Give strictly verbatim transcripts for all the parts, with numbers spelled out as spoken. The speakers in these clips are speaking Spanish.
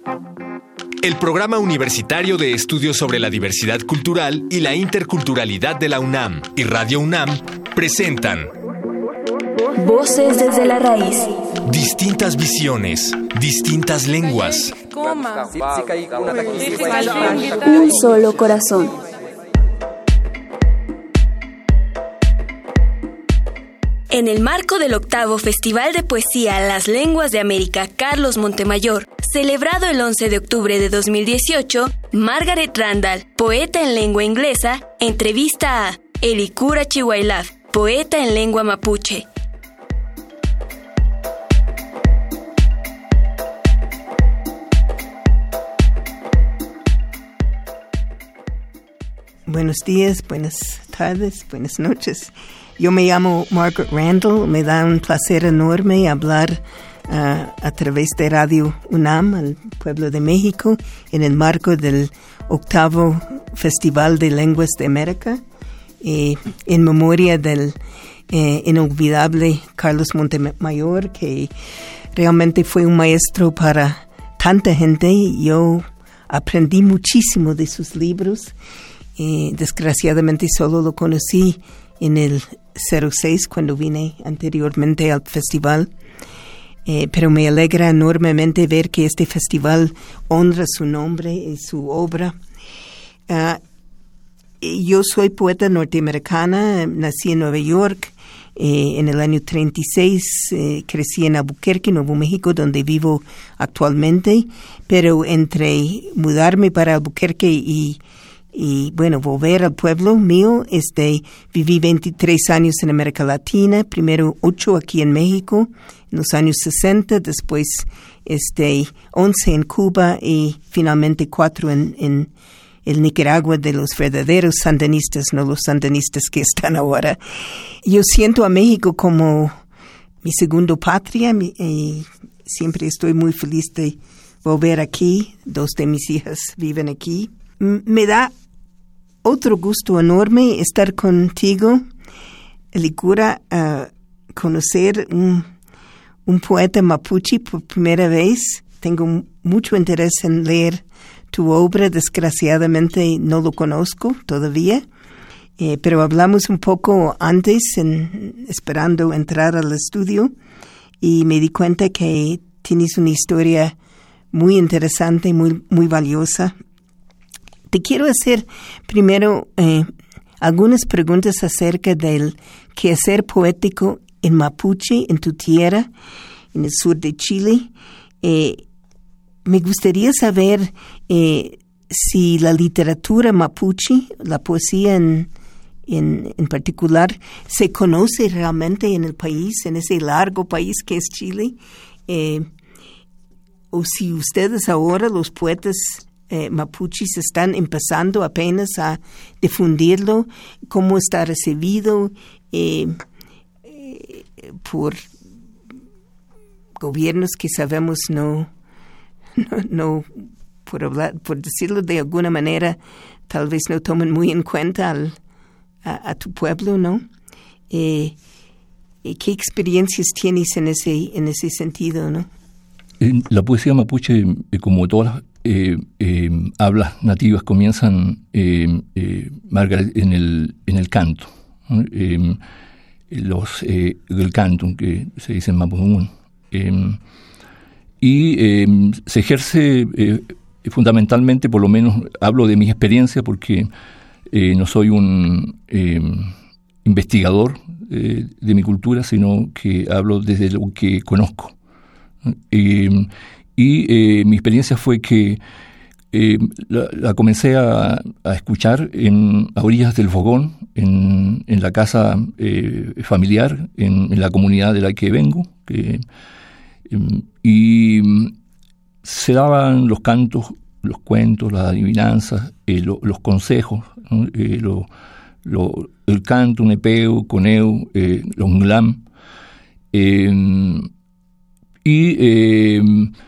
El Programa Universitario de Estudios sobre la Diversidad Cultural y la Interculturalidad de la UNAM y Radio UNAM presentan Voces desde la raíz. Distintas visiones, distintas lenguas. Un solo corazón. En el marco del octavo Festival de Poesía Las Lenguas de América Carlos Montemayor, celebrado el once de octubre de dos mil dieciocho, Margaret Randall, poeta en lengua inglesa, entrevista a Elikura Chihuailaf, poeta en lengua mapuche. Buenos días, buenas tardes, buenas noches. Yo me llamo Margaret Randall. Me da un placer enorme hablar uh, a través de Radio UNAM al pueblo de México en el marco del octavo Festival de Lenguas de América, eh, en memoria del eh, inolvidable Carlos Montemayor, que realmente fue un maestro para tanta gente. Yo aprendí muchísimo de sus libros. Eh, desgraciadamente solo lo conocí en el cero seis cuando vine anteriormente al festival, eh, pero me alegra enormemente ver que este festival honra su nombre y su obra. Uh, yo soy poeta norteamericana, nací en Nueva York eh, en el año treinta y seis, eh, crecí en Albuquerque, Nuevo México, donde vivo actualmente, pero entre mudarme para Albuquerque y Y bueno, volver al pueblo mío, este, viví veintitrés años en América Latina, primero ocho aquí en México, en los años sesenta, después este, once en Cuba y finalmente cuatro en, en el Nicaragua de los verdaderos sandinistas, no los sandinistas que están ahora. Yo siento a México como mi segundo patria y siempre estoy muy feliz de volver aquí. Dos de mis hijas viven aquí. Me da otro gusto enorme estar contigo, Elikura, uh, conocer un, un poeta mapuche por primera vez. Tengo mucho interés en leer tu obra, desgraciadamente no lo conozco todavía, eh, pero hablamos un poco antes, en, esperando entrar al estudio, y me di cuenta que tienes una historia muy interesante, muy, muy valiosa. Te quiero hacer primero eh, algunas preguntas acerca del quehacer poético en mapuche, en tu tierra, en el sur de Chile. Eh, me gustaría saber eh, si la literatura mapuche, la poesía en, en, en particular, se conoce realmente en el país, en ese largo país que es Chile, eh, o si ustedes ahora, los poetas Eh, mapuches, están empezando apenas a difundirlo, cómo está recibido eh, eh, por gobiernos que sabemos no, no, no por hablar, por decirlo de alguna manera, tal vez no toman muy en cuenta al, a, a tu pueblo, ¿no? Eh, ¿Qué experiencias tienes en ese, en ese sentido, no? La poesía mapuche, como todas las eh, eh, hablas nativas, comienzan eh, eh, Margaret, en el en el canto, ¿no? eh, los eh, el canto que se dice en mapudungun, eh, y eh, se ejerce eh, fundamentalmente, por lo menos hablo de mi experiencia porque eh, no soy un eh, investigador eh, de mi cultura, sino que hablo desde lo que conozco. Eh, y eh, mi experiencia fue que eh, la, la comencé a, a escuchar en, a orillas del fogón, en, en la casa eh, familiar, en, en la comunidad de la que vengo, que, eh, y se daban los cantos, los cuentos, las adivinanzas, eh, lo, los consejos, ¿no? eh, lo, lo, el canto, nepeu, coneu, eh, los nglam, eh, y eh,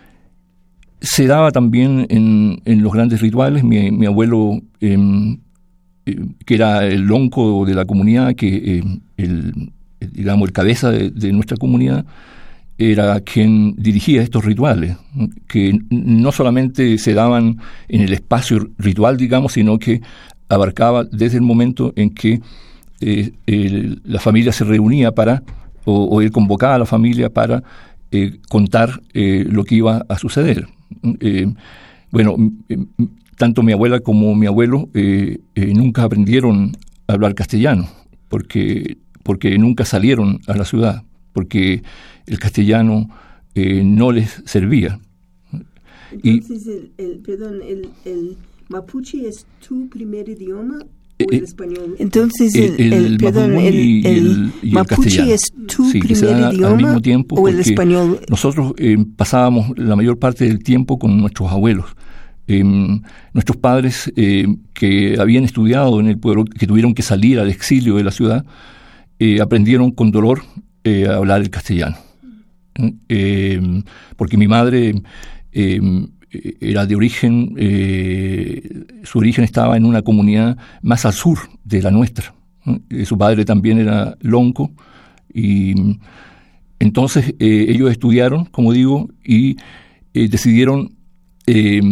se daba también en, en los grandes rituales. Mi, mi abuelo, eh, eh, que era el lonco de la comunidad, que eh, el, el, digamos, el cabeza de, de nuestra comunidad, era quien dirigía estos rituales, que no solamente se daban en el espacio ritual, digamos, sino que abarcaba desde el momento en que eh, el, la familia se reunía para, o, o él convocaba a la familia para eh, contar eh, lo que iba a suceder. Eh, bueno, tanto mi abuela como mi abuelo eh, eh, nunca aprendieron a hablar castellano, porque, porque nunca salieron a la ciudad, porque el castellano eh, no les servía. Entonces, y, el, el, perdón, el, el mapuche es tu primer idioma o el eh, español. Entonces, el, el, el, perdón, el, y, el, el, y mapuche el es tu sí, primer idioma al mismo tiempo, o el español. Nosotros eh, pasábamos la mayor parte del tiempo con nuestros abuelos. Eh, nuestros padres eh, que habían estudiado en el pueblo, que tuvieron que salir al exilio de la ciudad, eh, aprendieron con dolor eh, a hablar el castellano. Eh, porque mi madre eh, era de origen, eh, su origen estaba en una comunidad más al sur de la nuestra. Eh, su padre también era lonco, y entonces eh, ellos estudiaron, como digo, y eh, decidieron eh,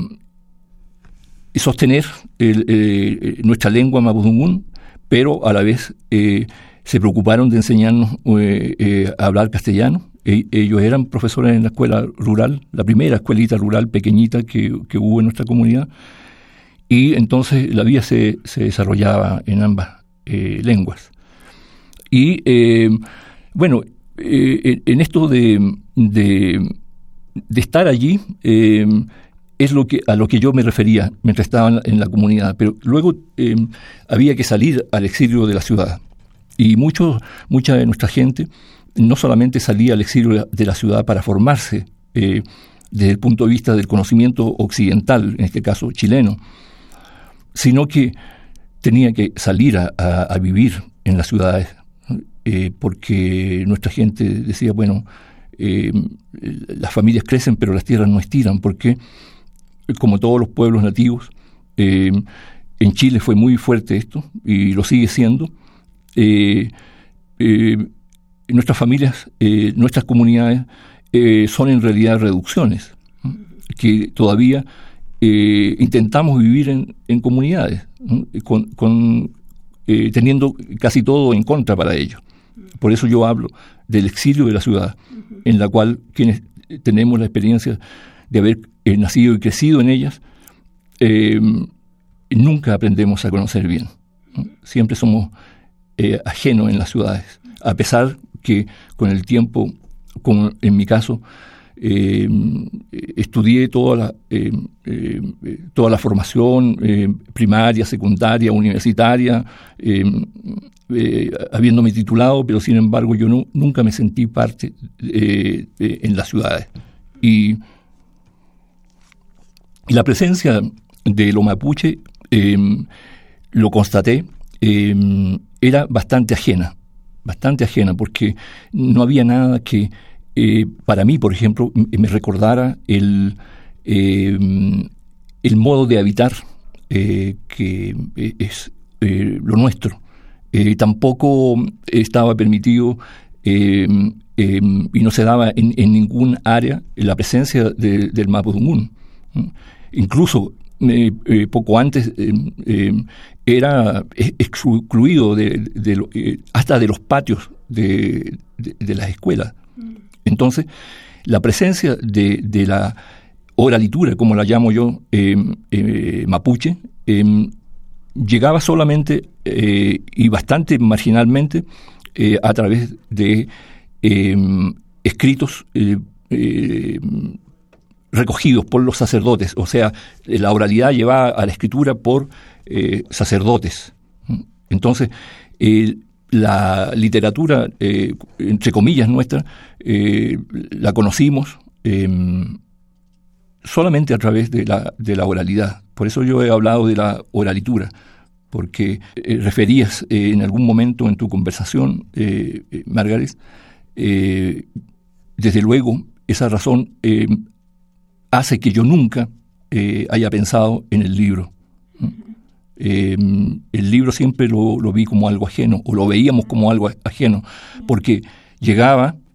sostener el, eh, nuestra lengua mapudungún, pero a la vez eh, se preocuparon de enseñarnos eh, eh, a hablar castellano. E- ellos eran profesores en la escuela rural, la primera escuelita rural pequeñita que, que hubo en nuestra comunidad, y entonces la vida se, se desarrollaba en ambas eh, lenguas. Y eh, bueno, eh, en esto de, de, de estar allí, eh, es lo que, a lo que yo me refería mientras estaba en la, en la comunidad, pero luego eh, había que salir al exilio de la ciudad. Y mucho, mucha de nuestra gente no solamente salía al exilio de la ciudad para formarse eh, desde el punto de vista del conocimiento occidental, en este caso chileno, sino que tenía que salir a, a, a vivir en las ciudades, eh, porque nuestra gente decía, bueno, eh, las familias crecen pero las tierras no estiran, porque como todos los pueblos nativos, eh, en Chile fue muy fuerte esto, y lo sigue siendo. Eh, eh, nuestras familias, eh, nuestras comunidades eh, son en realidad reducciones, ¿no? Que todavía eh, intentamos vivir en, en comunidades, ¿no? con, con, eh, teniendo casi todo en contra para ellos. Por eso yo hablo del exilio de la ciudad, en la cual quienes tenemos la experiencia de haber eh, nacido y crecido en ellas, eh, nunca aprendemos a conocer bien, ¿no? Siempre somos Eh, ajeno en las ciudades, a pesar que con el tiempo, como en mi caso, eh, estudié toda la, eh, eh, toda la formación eh, primaria, secundaria, universitaria, eh, eh, habiéndome titulado, pero sin embargo yo no, nunca me sentí parte eh, eh, en las ciudades. Y, y la presencia de lo mapuche eh, lo constaté, eh, era bastante ajena, bastante ajena, porque no había nada que, eh, para mí, por ejemplo, me recordara el, eh, el modo de habitar eh, que es eh, lo nuestro. Eh, tampoco estaba permitido eh, eh, y no se daba en, en ningún área la presencia de, del mapudungún. Incluso Eh, eh, poco antes eh, eh, era excluido de, de lo, eh, hasta de los patios de, de, de las escuelas. Entonces, la presencia de, de la oralitura, como la llamo yo, eh, eh, mapuche, eh, llegaba solamente eh, y bastante marginalmente eh, a través de eh, escritos eh, eh, recogidos por los sacerdotes, o sea, la oralidad llevada a la escritura por eh, sacerdotes. Entonces, eh, la literatura, eh, entre comillas nuestra, eh, la conocimos eh, solamente a través de la, de la oralidad. Por eso yo he hablado de la oralitura, porque eh, referías eh, en algún momento en tu conversación, eh, eh, Margaret, eh, desde luego, esa razón eh, hace que yo nunca eh, haya pensado en el libro. Eh, el libro siempre lo, lo vi como algo ajeno, o lo veíamos como algo ajeno, porque llegaba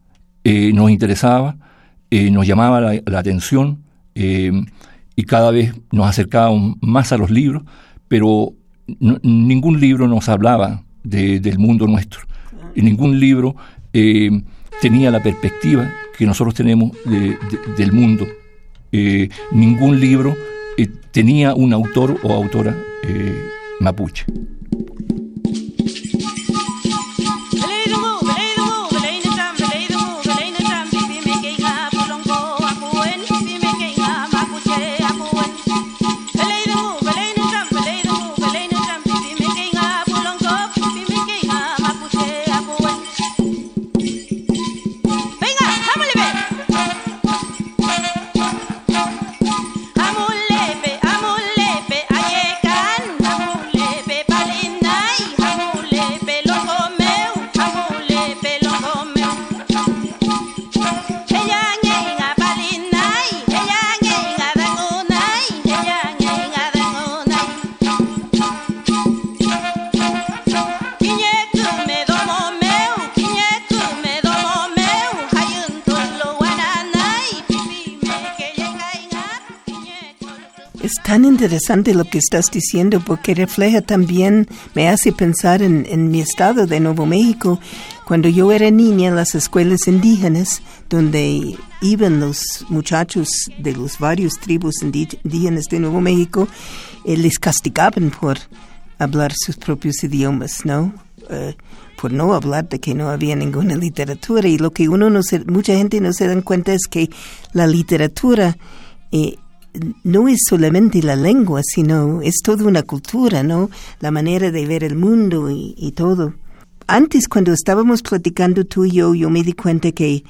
eh, nos interesaba, eh, nos llamaba la, la atención eh, y cada vez nos acercábamos más a los libros, pero no, ningún libro nos hablaba de, del mundo nuestro. Y ningún libro eh, tenía la perspectiva que nosotros tenemos de, de, del mundo. Eh, ningún libro eh, tenía un autor o autora eh, mapuche. Es tan interesante lo que estás diciendo porque refleja también, me hace pensar en, en mi estado de Nuevo México. Cuando yo era niña, en las escuelas indígenas, donde iban los muchachos de los varios tribus indígenas de Nuevo México, eh, les castigaban por hablar sus propios idiomas, ¿no? Uh, por no hablar de que no había ninguna literatura. Y lo que uno no se, mucha gente no se dan cuenta es que la literatura eh, no es solamente la lengua, sino es toda una cultura, ¿no? La manera de ver el mundo y, y todo. Antes, cuando estábamos platicando tú y yo, yo me di cuenta que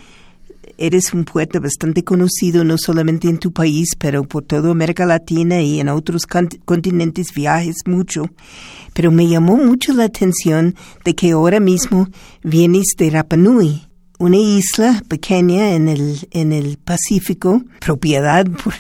eres un poeta bastante conocido, no solamente en tu país, pero por toda América Latina y en otros continentes viajes mucho. Pero me llamó mucho la atención de que ahora mismo vienes de Rapa Nui, una isla pequeña en el, en el Pacífico, propiedad por,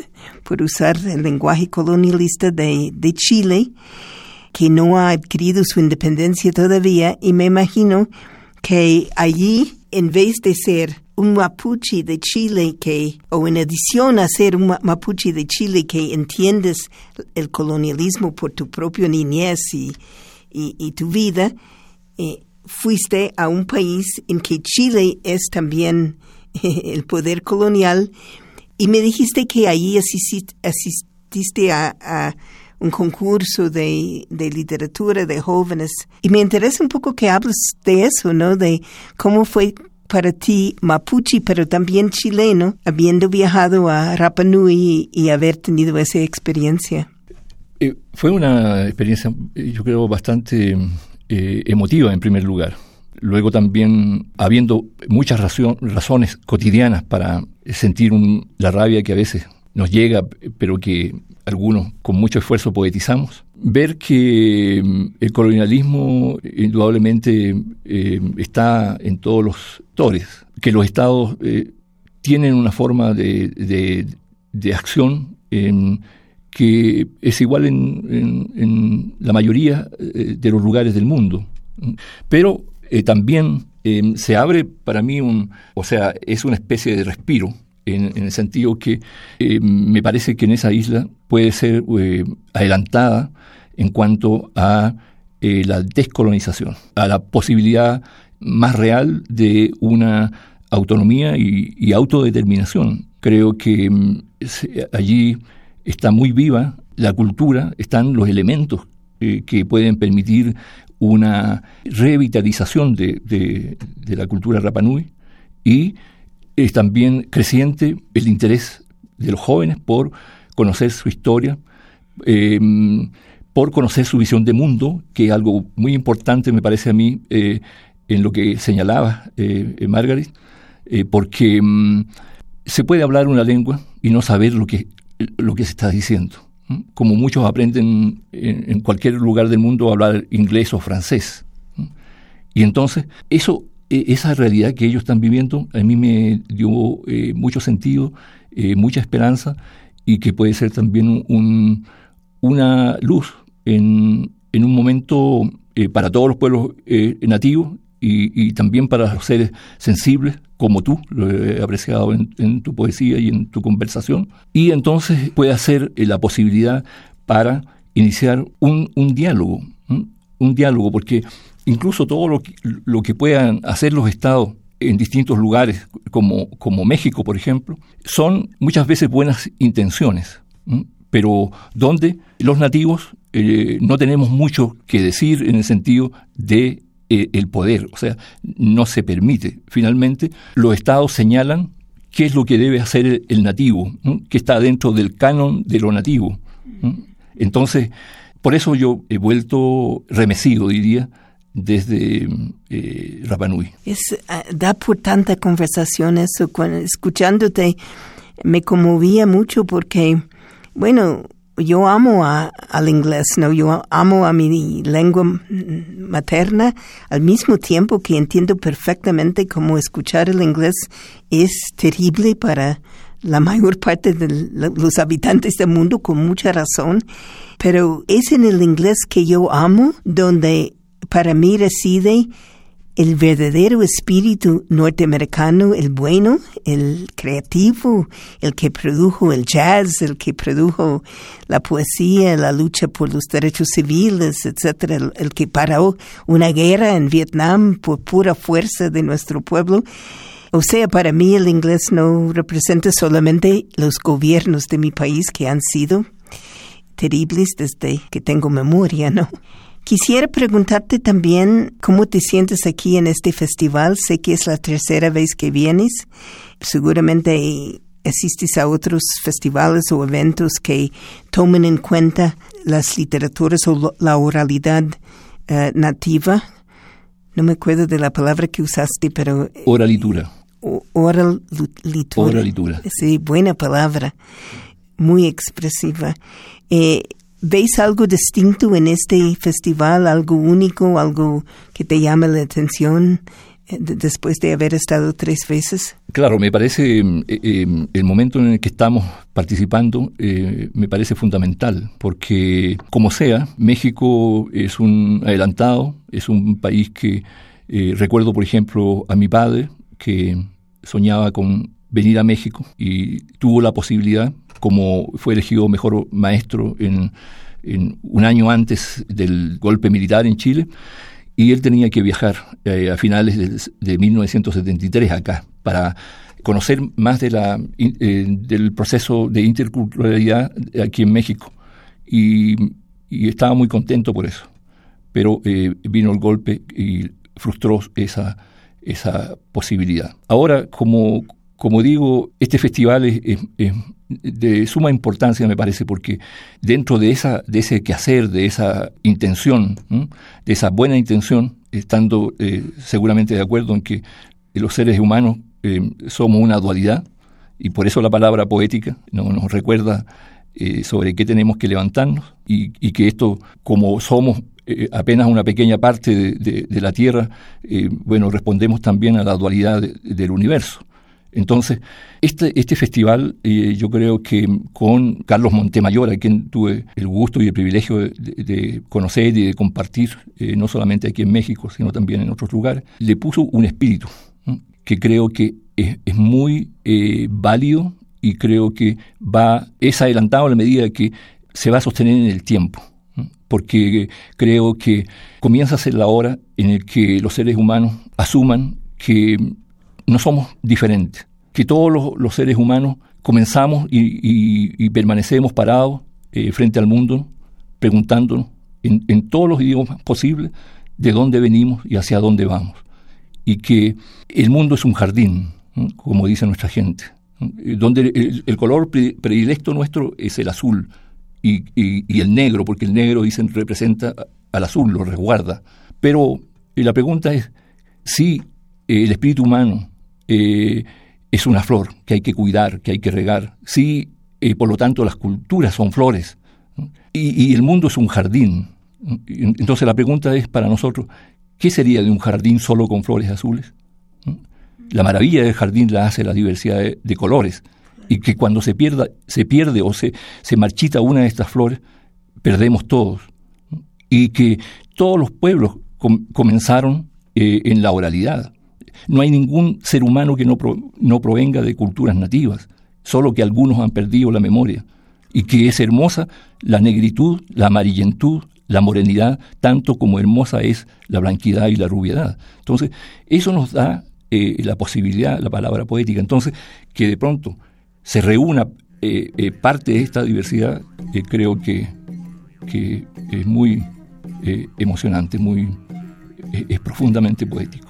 por usar el lenguaje colonialista de, de Chile, que no ha adquirido su independencia todavía, y me imagino que allí, en vez de ser un mapuche de Chile que, o en adición a ser un mapuche de Chile que entiendes el colonialismo por tu propia niñez y, y, y tu vida, eh, fuiste a un país en que Chile es también eh, el poder colonial, y me dijiste que allí asististe, asististe a, a un concurso de, de literatura de jóvenes, y me interesa un poco que hables de eso, ¿no? De cómo fue para ti mapuche, pero también chileno, habiendo viajado a Rapa Nui y, y haber tenido esa experiencia. Eh, fue una experiencia, yo creo, bastante eh, emotiva en primer lugar. Luego también, habiendo muchas razón, razones cotidianas para sentir un, la rabia que a veces nos llega, pero que algunos con mucho esfuerzo poetizamos. Ver que el colonialismo indudablemente eh, está en todos los sectores, que los estados eh, tienen una forma de, de, de acción eh, que es igual en, en, en la mayoría eh, de los lugares del mundo. Pero eh, también eh, se abre para mí un, o sea, es una especie de respiro, en, en el sentido que eh, me parece que en esa isla puede ser eh, adelantada en cuanto a eh, la descolonización, a la posibilidad más real de una autonomía y, y autodeterminación. Creo que eh, allí está muy viva la cultura, están los elementos eh, que pueden permitir una revitalización de, de, de la cultura Rapa Nui, y es también creciente el interés de los jóvenes por conocer su historia, eh, por conocer su visión de mundo, que es algo muy importante, me parece a mí, eh, en lo que señalaba eh, Margaret, eh, porque um, se puede hablar una lengua y no saber lo que, lo que se está diciendo. ¿Mm? Como muchos aprenden en, en cualquier lugar del mundo a hablar inglés o francés. ¿Mm? Y entonces, eso, esa realidad que ellos están viviendo, a mí me dio eh, mucho sentido, eh, mucha esperanza, y que puede ser también un, una luz en, en un momento eh, para todos los pueblos eh, nativos y, y también para los seres sensibles, como tú, lo he apreciado en, en tu poesía y en tu conversación, y entonces puede ser la posibilidad para iniciar un, un diálogo, ¿m? un diálogo, porque incluso todo lo que, lo que puedan hacer los estados en distintos lugares, como, como México, por ejemplo, son muchas veces buenas intenciones, ¿m? pero donde los nativos eh, no tenemos mucho que decir en el sentido de eh, el poder, o sea, no se permite. Finalmente, los estados señalan qué es lo que debe hacer el, el nativo, ¿no? que está dentro del canon de lo nativo, ¿no? Entonces, por eso yo he vuelto remecido, diría, desde eh, Rapa Nui. Es, uh, da por tanta conversación eso. Cuando, escuchándote, me conmovía mucho porque, bueno, yo amo a, al inglés, ¿no? Yo amo a mi lengua materna, al mismo tiempo que entiendo perfectamente cómo escuchar el inglés es terrible para la mayor parte de los habitantes del mundo, con mucha razón, pero es en el inglés que yo amo donde para mí reside el verdadero espíritu norteamericano, el bueno, el creativo, el que produjo el jazz, el que produjo la poesía, la lucha por los derechos civiles, etcétera, el, el que paró una guerra en Vietnam por pura fuerza de nuestro pueblo. O sea, para mí el inglés no representa solamente los gobiernos de mi país que han sido terribles desde que tengo memoria, ¿no? Quisiera preguntarte también cómo te sientes aquí en este festival. Sé que es la tercera vez que vienes. Seguramente asistes a otros festivales o eventos que tomen en cuenta las literaturas o la oralidad uh, nativa. No me acuerdo de la palabra que usaste, pero... Oralitura. Oralitura. Oralitura. Sí, buena palabra. Muy expresiva. Eh, ¿Ves algo distinto en este festival, algo único, algo que te llame la atención eh, después de haber estado tres veces? Claro, me parece eh, eh, el momento en el que estamos participando eh, me parece fundamental, porque como sea, México es un adelantado, es un país que eh, recuerdo, por ejemplo, a mi padre, que soñaba con venir a México y tuvo la posibilidad, como fue elegido mejor maestro en, en un año antes del golpe militar en Chile, y él tenía que viajar eh, a finales de, de mil novecientos setenta y tres acá para conocer más de la, eh, del proceso de interculturalidad aquí en México, y, y estaba muy contento por eso, pero eh, vino el golpe y frustró esa, esa posibilidad. Ahora, como, como digo, este festival es, es, es de suma importancia, me parece, porque dentro de esa de ese quehacer, de esa intención, ¿no? de esa buena intención, estando eh, seguramente de acuerdo en que los seres humanos eh, somos una dualidad, y por eso la palabra poética ¿no? nos recuerda eh, sobre qué tenemos que levantarnos, y, y que esto, como somos eh, apenas una pequeña parte de, de, de la Tierra, eh, bueno, respondemos también a la dualidad de, del universo. Entonces, este, este festival, eh, yo creo que con Carlos Montemayor, a quien tuve el gusto y el privilegio de, de, de conocer y de compartir, eh, no solamente aquí en México, sino también en otros lugares, le puso un espíritu, ¿no? que creo que es, es muy eh, válido, y creo que va es adelantado a la medida que se va a sostener en el tiempo, ¿no? porque creo que comienza a ser la hora en la que los seres humanos asuman que no somos diferentes, que todos los, los seres humanos comenzamos y, y, y permanecemos parados eh, frente al mundo, preguntándonos en, en todos los idiomas posibles de dónde venimos y hacia dónde vamos, y que el mundo es un jardín, ¿no? como dice nuestra gente, ¿no? donde el, el color predilecto nuestro es el azul y, y, y el negro, porque el negro, dicen, representa al azul, lo resguarda. Pero eh, la pregunta es si eh, el espíritu humano Eh, es una flor que hay que cuidar, que hay que regar. Sí, eh, por lo tanto, las culturas son flores, ¿no? y, y el mundo es un jardín, ¿no? Entonces la pregunta es para nosotros, ¿qué sería de un jardín solo con flores azules? ¿no? La maravilla del jardín la hace la diversidad de, de colores, y que cuando se pierda, se pierde o se, se marchita una de estas flores, perdemos todos, ¿no? Y que todos los pueblos com- comenzaron eh, en la oralidad. No hay ningún ser humano que no, pro, no provenga de culturas nativas, solo que algunos han perdido la memoria, y que es hermosa la negritud, la amarillentud, la morenidad, tanto como hermosa es la blanquidad y la rubiedad. Entonces, eso nos da eh, la posibilidad, la palabra poética, entonces, que de pronto se reúna eh, eh, parte de esta diversidad, eh, creo que, que es muy eh, emocionante, muy, eh, es profundamente poético.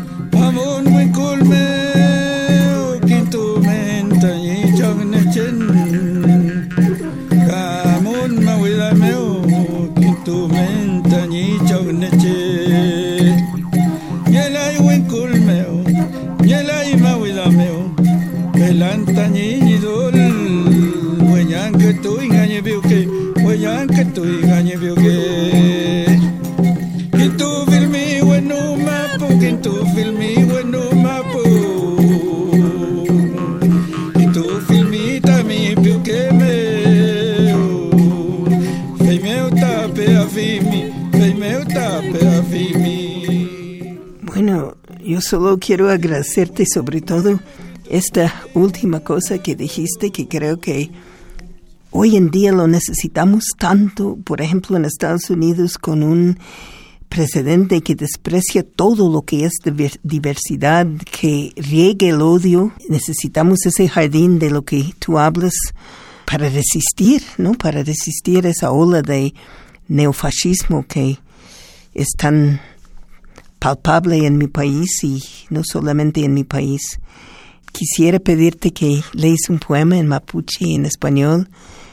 Tu menta ni chogneche Nyelai winkul meo Nyelai mawila meo Pelanta ni nidol Wenyan que tu ingañe biuke Wenyan que tu ingañe biuke Kintu filmi wenu mapu Kintu filmi wenu mapu Kintu filmi tami biuke me Bueno, yo solo quiero agradecerte sobre todo esta última cosa que dijiste, que creo que hoy en día lo necesitamos tanto, por ejemplo en Estados Unidos con un presidente que desprecia todo lo que es diversidad, que riegue el odio. Necesitamos ese jardín de lo que tú hablas para resistir, ¿no? Para resistir esa ola de neofascismo que es tan palpable en mi país y no solamente en mi país. Quisiera pedirte que lees un poema en mapuche y en español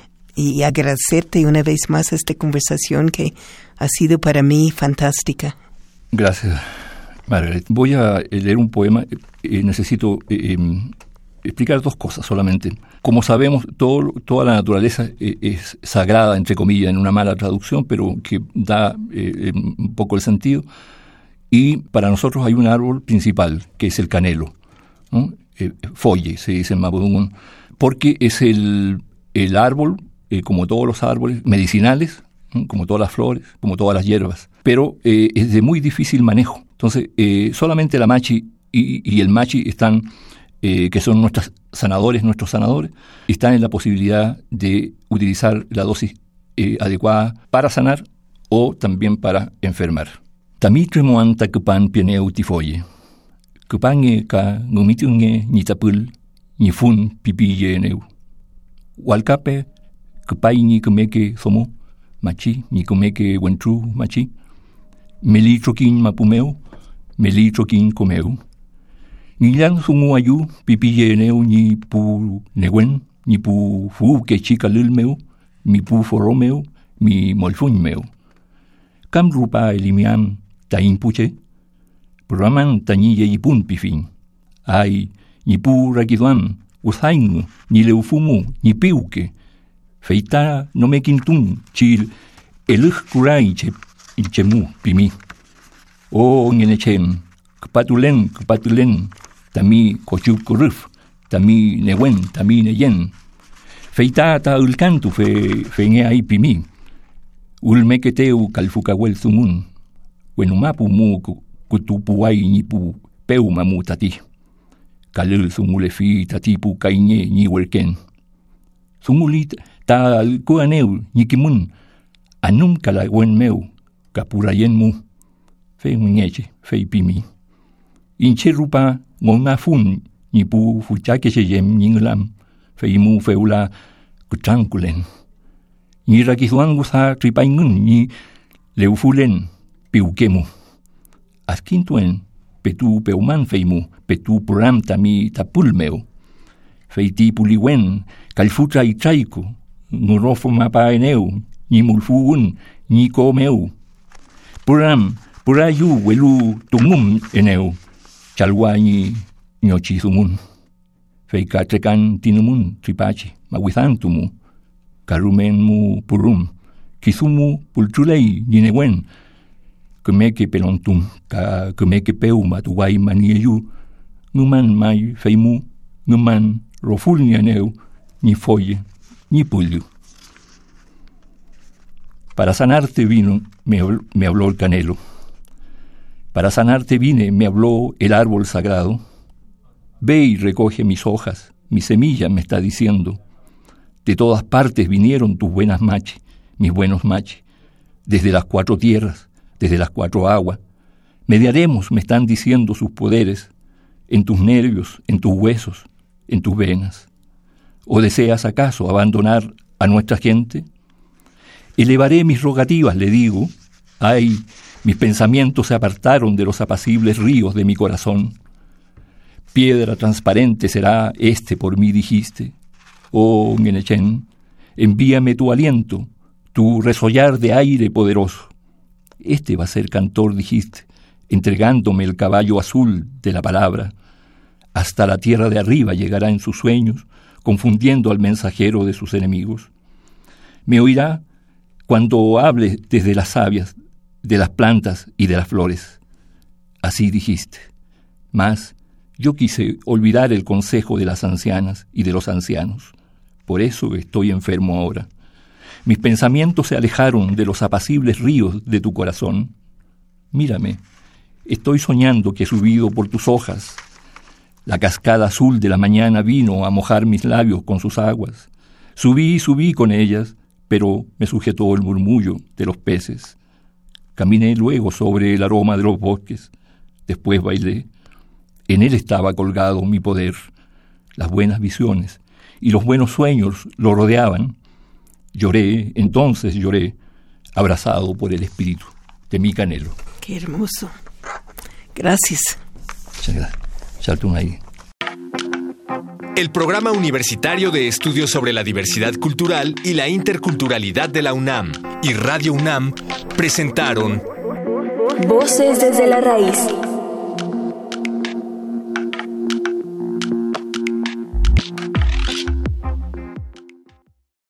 y agradecerte una vez más esta conversación que ha sido para mí fantástica. Gracias, Margaret. Voy a leer un poema. Eh, necesito eh, explicar dos cosas solamente. Como sabemos, todo, toda la naturaleza eh, es sagrada, entre comillas, en una mala traducción, pero que da eh, un poco el sentido. Y para nosotros hay un árbol principal, que es el canelo, ¿no? Eh, folle, se dice en mapudungun, porque es el, el árbol, eh, como todos los árboles, medicinales, ¿no? Como todas las flores, como todas las hierbas, pero eh, es de muy difícil manejo. Entonces, eh, solamente la machi y, y el machi están... Eh, que son nuestros sanadores, nuestros sanadores, están en la posibilidad de utilizar la dosis eh, adecuada para sanar o también para enfermar. Tamitre moanta kupan pieneu tifoye. Kupange ka ngumitunge ni tapul ni fun pipiye neu. Walkape kupai ni kumeke somo machi ni kumeke wentru machi. Meli trokin mapumeu, meli trokin komeu. Ni lang sungu ayu pipiye neu ni pu neguen ni pu fu ke chica lil meu mi pu foro meu mi molfun meu kam rupa elimiam ta impuche programan tani ye ipun pifin ai ni pu rakiduam usain ni leufumu ni piuke feita no me quintun chil eluj kurai che inchemu pimi o ngenechem kpatulen kpatulen tami kochuk kuruf, tami newen, tami neyen. Feita ta ulcantu fe fenge ai pimi. Ulmeketeu kalfukawel sumun. Wenumapu mu kutupuai nipu peu mamu tati. Kalul sumulefi tatipu kainye ni werken. Sumulit ta alkuaneu nikimun. Anum kalagwen meu kapurayen mu. Fe unyeche, fe pimi. Inche rupa ngona fun ni pu fuchake se yem ninglam feimu feula kutrankulen ni rakizuangu sa tripaingun ni leufulen piukemu askintuen petu peuman feimu petu program tami tapulmeu feiti puliwen kalfutra itraiku nurofo mapaeneu ni mulfuun ni komeu program purayu welu tungum eneu chalwani nyochi sumun feika trekan tinumun tripachi mawithantumu karumen mu purum kisumu pulchulei ninewen kumeke pelontum ka kumeke peu matuwai manieyu numan mai feimu numan rofulnianeu ni folle ni pullu. Para sanarte vino me, me habló el canelo. Para sanarte vine, me habló el árbol sagrado. Ve y recoge mis hojas, mi semilla me está diciendo. De todas partes vinieron tus buenas machi, mis buenos machi. Desde las cuatro tierras, desde las cuatro aguas. Mediaremos, me están diciendo sus poderes, en tus nervios, en tus huesos, en tus venas. ¿O deseas acaso abandonar a nuestra gente? Elevaré mis rogativas, le digo. Ay, mis pensamientos se apartaron de los apacibles ríos de mi corazón. Piedra transparente será este por mí, dijiste. Oh, Ngenechen, envíame tu aliento, tu resollar de aire poderoso. Este va a ser cantor, dijiste, entregándome el caballo azul de la palabra. Hasta la tierra de arriba llegará en sus sueños, confundiendo al mensajero de sus enemigos. Me oirá cuando hable desde las sabias, de las plantas y de las flores. Así dijiste. Mas yo quise olvidar el consejo de las ancianas y de los ancianos. Por eso estoy enfermo ahora. Mis pensamientos se alejaron de los apacibles ríos de tu corazón. Mírame, estoy soñando que he subido por tus hojas. La cascada azul de la mañana vino a mojar mis labios con sus aguas. Subí y subí con ellas, pero me sujetó el murmullo de los peces. Caminé luego sobre el aroma de los bosques. Después bailé. En él estaba colgado mi poder. Las buenas visiones y los buenos sueños lo rodeaban. Lloré, entonces lloré, abrazado por el espíritu de mi Canelo. Qué hermoso. Gracias. Muchas gracias. Chaltun ahí. El Programa Universitario de Estudios sobre la Diversidad Cultural y la Interculturalidad de la UNAM y Radio UNAM presentaron Voces desde la Raíz.